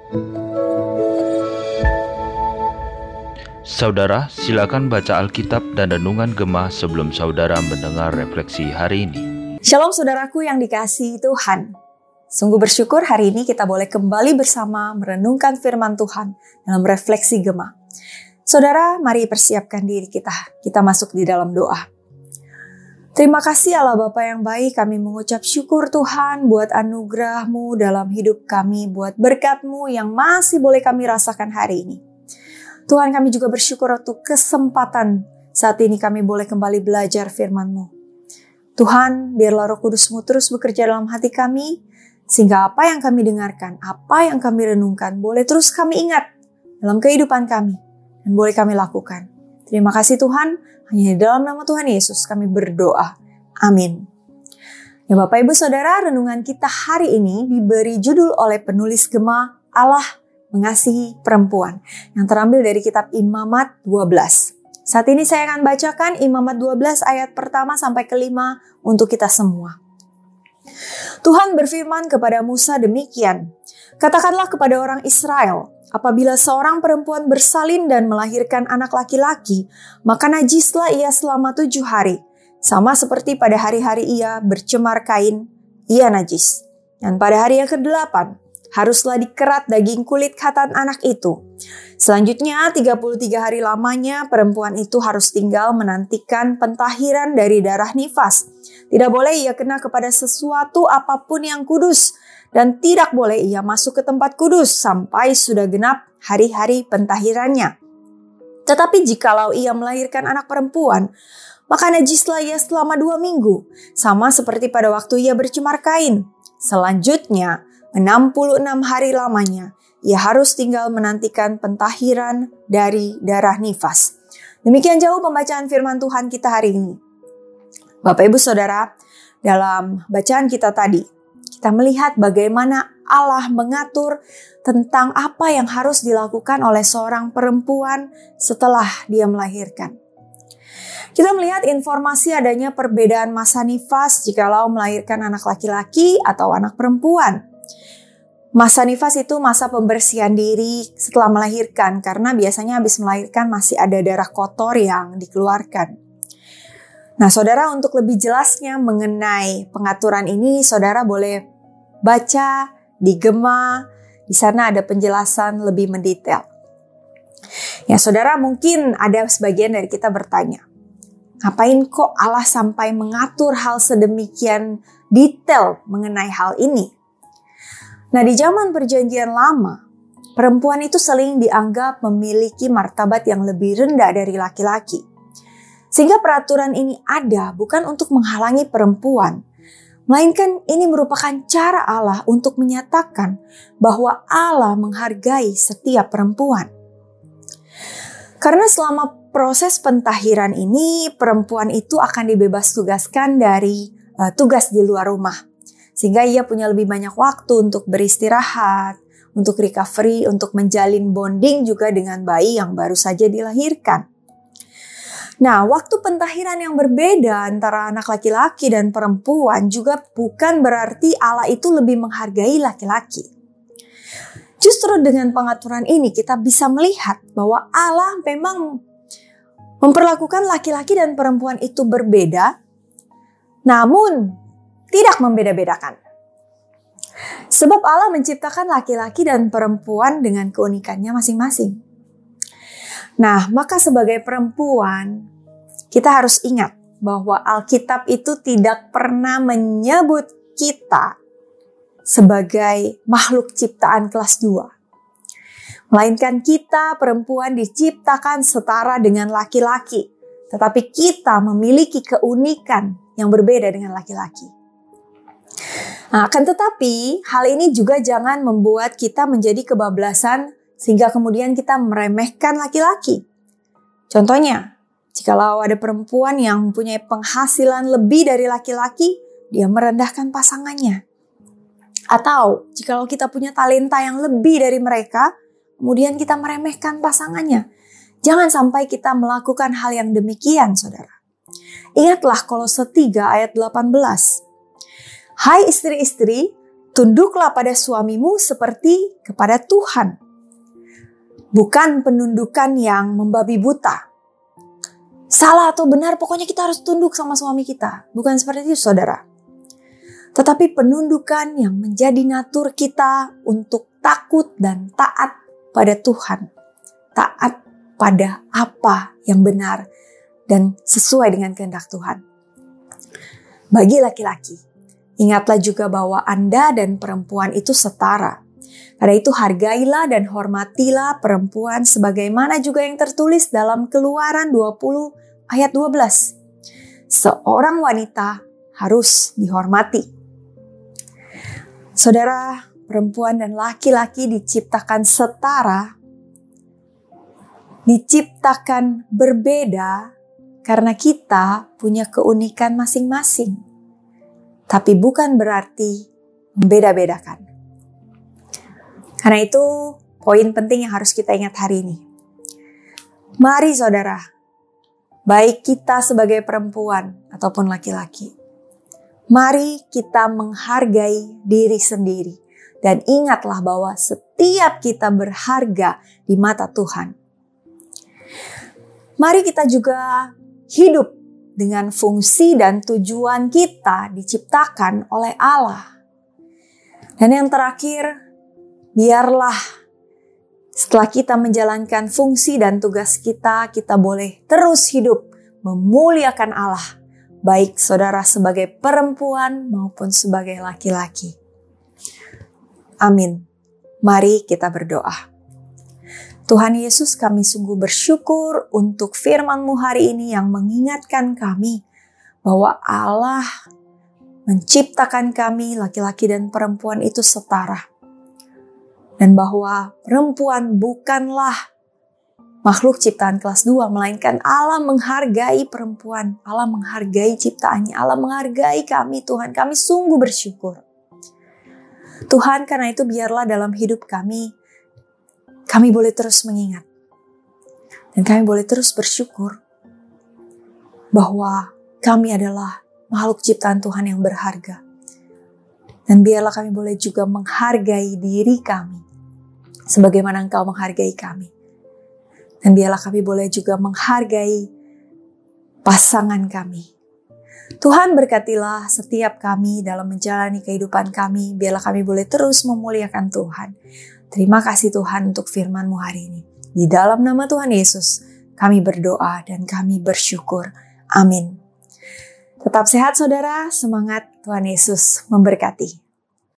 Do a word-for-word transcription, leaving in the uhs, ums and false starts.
Saudara, silakan baca Alkitab dan Renungan Gemah sebelum saudara mendengar refleksi hari ini. Shalom saudaraku yang dikasihi Tuhan. Sungguh bersyukur hari ini kita boleh kembali bersama merenungkan firman Tuhan dalam refleksi Gemah. Saudara, mari persiapkan diri kita. Kita masuk di dalam doa. Terima kasih Allah Bapa yang baik, kami mengucap syukur Tuhan buat anugerah-Mu dalam hidup kami, buat berkat-Mu yang masih boleh kami rasakan hari ini. Tuhan, kami juga bersyukur untuk kesempatan saat ini kami boleh kembali belajar firman-Mu. Tuhan, biarlah Roh Kudus-Mu terus bekerja dalam hati kami, sehingga apa yang kami dengarkan, apa yang kami renungkan, boleh terus kami ingat dalam kehidupan kami, dan boleh kami lakukan. Terima kasih Tuhan, hanya di dalam nama Tuhan Yesus kami berdoa. Amin. Ya Bapak Ibu Saudara, renungan kita hari ini diberi judul oleh penulis Gemah Allah Mengasihi Perempuan, yang terambil dari kitab Imamat dua belas. Saat ini saya akan bacakan Imamat dua belas ayat pertama sampai kelima untuk kita semua. Tuhan berfirman kepada Musa demikian, "Katakanlah kepada orang Israel, apabila seorang perempuan bersalin dan melahirkan anak laki-laki, maka najislah ia selama tujuh hari, sama seperti pada hari-hari ia bercemar kain, ia najis. Dan pada hari yang kedelapan, haruslah dikerat daging kulit khatan anak itu. Selanjutnya tiga puluh tiga hari lamanya perempuan itu harus tinggal menantikan pentahiran dari darah nifas. Tidak boleh ia kena kepada sesuatu apapun yang kudus, dan tidak boleh ia masuk ke tempat kudus sampai sudah genap hari-hari pentahirannya. Tetapi jikalau ia melahirkan anak perempuan, maka najislah ia selama dua minggu, sama seperti pada waktu ia bercemar kain. Selanjutnya enam puluh enam hari lamanya, ia harus tinggal menantikan pentahiran dari darah nifas." Demikian jauh pembacaan firman Tuhan kita hari ini. Bapak Ibu Saudara, dalam bacaan kita tadi, kita melihat bagaimana Allah mengatur tentang apa yang harus dilakukan oleh seorang perempuan setelah dia melahirkan. Kita melihat informasi adanya perbedaan masa nifas jikalau melahirkan anak laki-laki atau anak perempuan. Masa nifas itu masa pembersihan diri setelah melahirkan, karena biasanya habis melahirkan masih ada darah kotor yang dikeluarkan. Nah saudara, untuk lebih jelasnya mengenai pengaturan ini, saudara boleh baca di Gemah, di sana ada penjelasan lebih mendetail. Ya saudara, mungkin ada sebagian dari kita bertanya, ngapain kok Allah sampai mengatur hal sedemikian detail mengenai hal ini? Nah, di zaman perjanjian lama, perempuan itu sering dianggap memiliki martabat yang lebih rendah dari laki-laki. Sehingga peraturan ini ada bukan untuk menghalangi perempuan, melainkan ini merupakan cara Allah untuk menyatakan bahwa Allah menghargai setiap perempuan. Karena selama proses pentahiran ini, perempuan itu akan dibebas tugaskan dari uh, tugas di luar rumah. Sehingga ia punya lebih banyak waktu untuk beristirahat, untuk recovery, untuk menjalin bonding juga dengan bayi yang baru saja dilahirkan. Nah, waktu pentahiran yang berbeda antara anak laki-laki dan perempuan juga bukan berarti Allah itu lebih menghargai laki-laki. Justru dengan pengaturan ini kita bisa melihat bahwa Allah memang memperlakukan laki-laki dan perempuan itu berbeda, namun tidak membeda-bedakan. Sebab Allah menciptakan laki-laki dan perempuan dengan keunikannya masing-masing. Nah, maka sebagai perempuan, kita harus ingat bahwa Alkitab itu tidak pernah menyebut kita sebagai makhluk ciptaan kelas dua. Melainkan kita perempuan diciptakan setara dengan laki-laki. Tetapi kita memiliki keunikan yang berbeda dengan laki-laki. Nah, akan tetapi hal ini juga jangan membuat kita menjadi kebablasan sehingga kemudian kita meremehkan laki-laki. Contohnya, jikalau ada perempuan yang mempunyai penghasilan lebih dari laki-laki, dia merendahkan pasangannya. Atau jikalau kita punya talenta yang lebih dari mereka, kemudian kita meremehkan pasangannya. Jangan sampai kita melakukan hal yang demikian, saudara. Ingatlah Kolose tiga ayat delapan belas. Hai istri-istri, Tunduklah pada suamimu seperti kepada Tuhan. Bukan penundukan yang membabi buta. Salah atau benar, pokoknya kita harus tunduk sama suami kita. Bukan seperti itu, saudara. Tetapi penundukan yang menjadi natur kita untuk takut dan taat pada Tuhan. Taat pada apa yang benar dan sesuai dengan kehendak Tuhan. Bagi laki-laki, ingatlah juga bahwa Anda dan perempuan itu setara. Karena itu hargailah dan hormatilah perempuan sebagaimana juga yang tertulis dalam Keluaran dua puluh ayat dua belas. Seorang wanita harus dihormati. Saudara, perempuan dan laki-laki diciptakan setara, diciptakan berbeda karena kita punya keunikan masing-masing. Tapi bukan berarti membeda-bedakan. Karena itu poin penting yang harus kita ingat hari ini. Mari saudara, baik kita sebagai perempuan ataupun laki-laki, mari kita menghargai diri sendiri. Dan ingatlah bahwa setiap kita berharga di mata Tuhan. Mari kita juga hidup dengan fungsi dan tujuan kita diciptakan oleh Allah. Dan yang terakhir, biarlah setelah kita menjalankan fungsi dan tugas kita, kita boleh terus hidup memuliakan Allah. Baik saudara sebagai perempuan maupun sebagai laki-laki. Amin. Mari kita berdoa. Tuhan Yesus, kami sungguh bersyukur untuk firman-Mu hari ini yang mengingatkan kami bahwa Allah menciptakan kami laki-laki dan perempuan itu setara. Dan bahwa perempuan bukanlah makhluk ciptaan kelas dua, melainkan Allah menghargai perempuan, Allah menghargai ciptaannya, Allah menghargai kami Tuhan. Kami sungguh bersyukur. Tuhan, karena itu biarlah dalam hidup kami, kami boleh terus mengingat. Dan kami boleh terus bersyukur bahwa kami adalah makhluk ciptaan Tuhan yang berharga. Dan biarlah kami boleh juga menghargai diri kami sebagaimana Engkau menghargai kami. Dan biarlah kami boleh juga menghargai pasangan kami. Tuhan berkatilah setiap kami dalam menjalani kehidupan kami. Biarlah kami boleh terus memuliakan Tuhan. Terima kasih Tuhan untuk firman-Mu hari ini. Di dalam nama Tuhan Yesus, kami berdoa dan kami bersyukur. Amin. Tetap sehat saudara, semangat, Tuhan Yesus memberkati.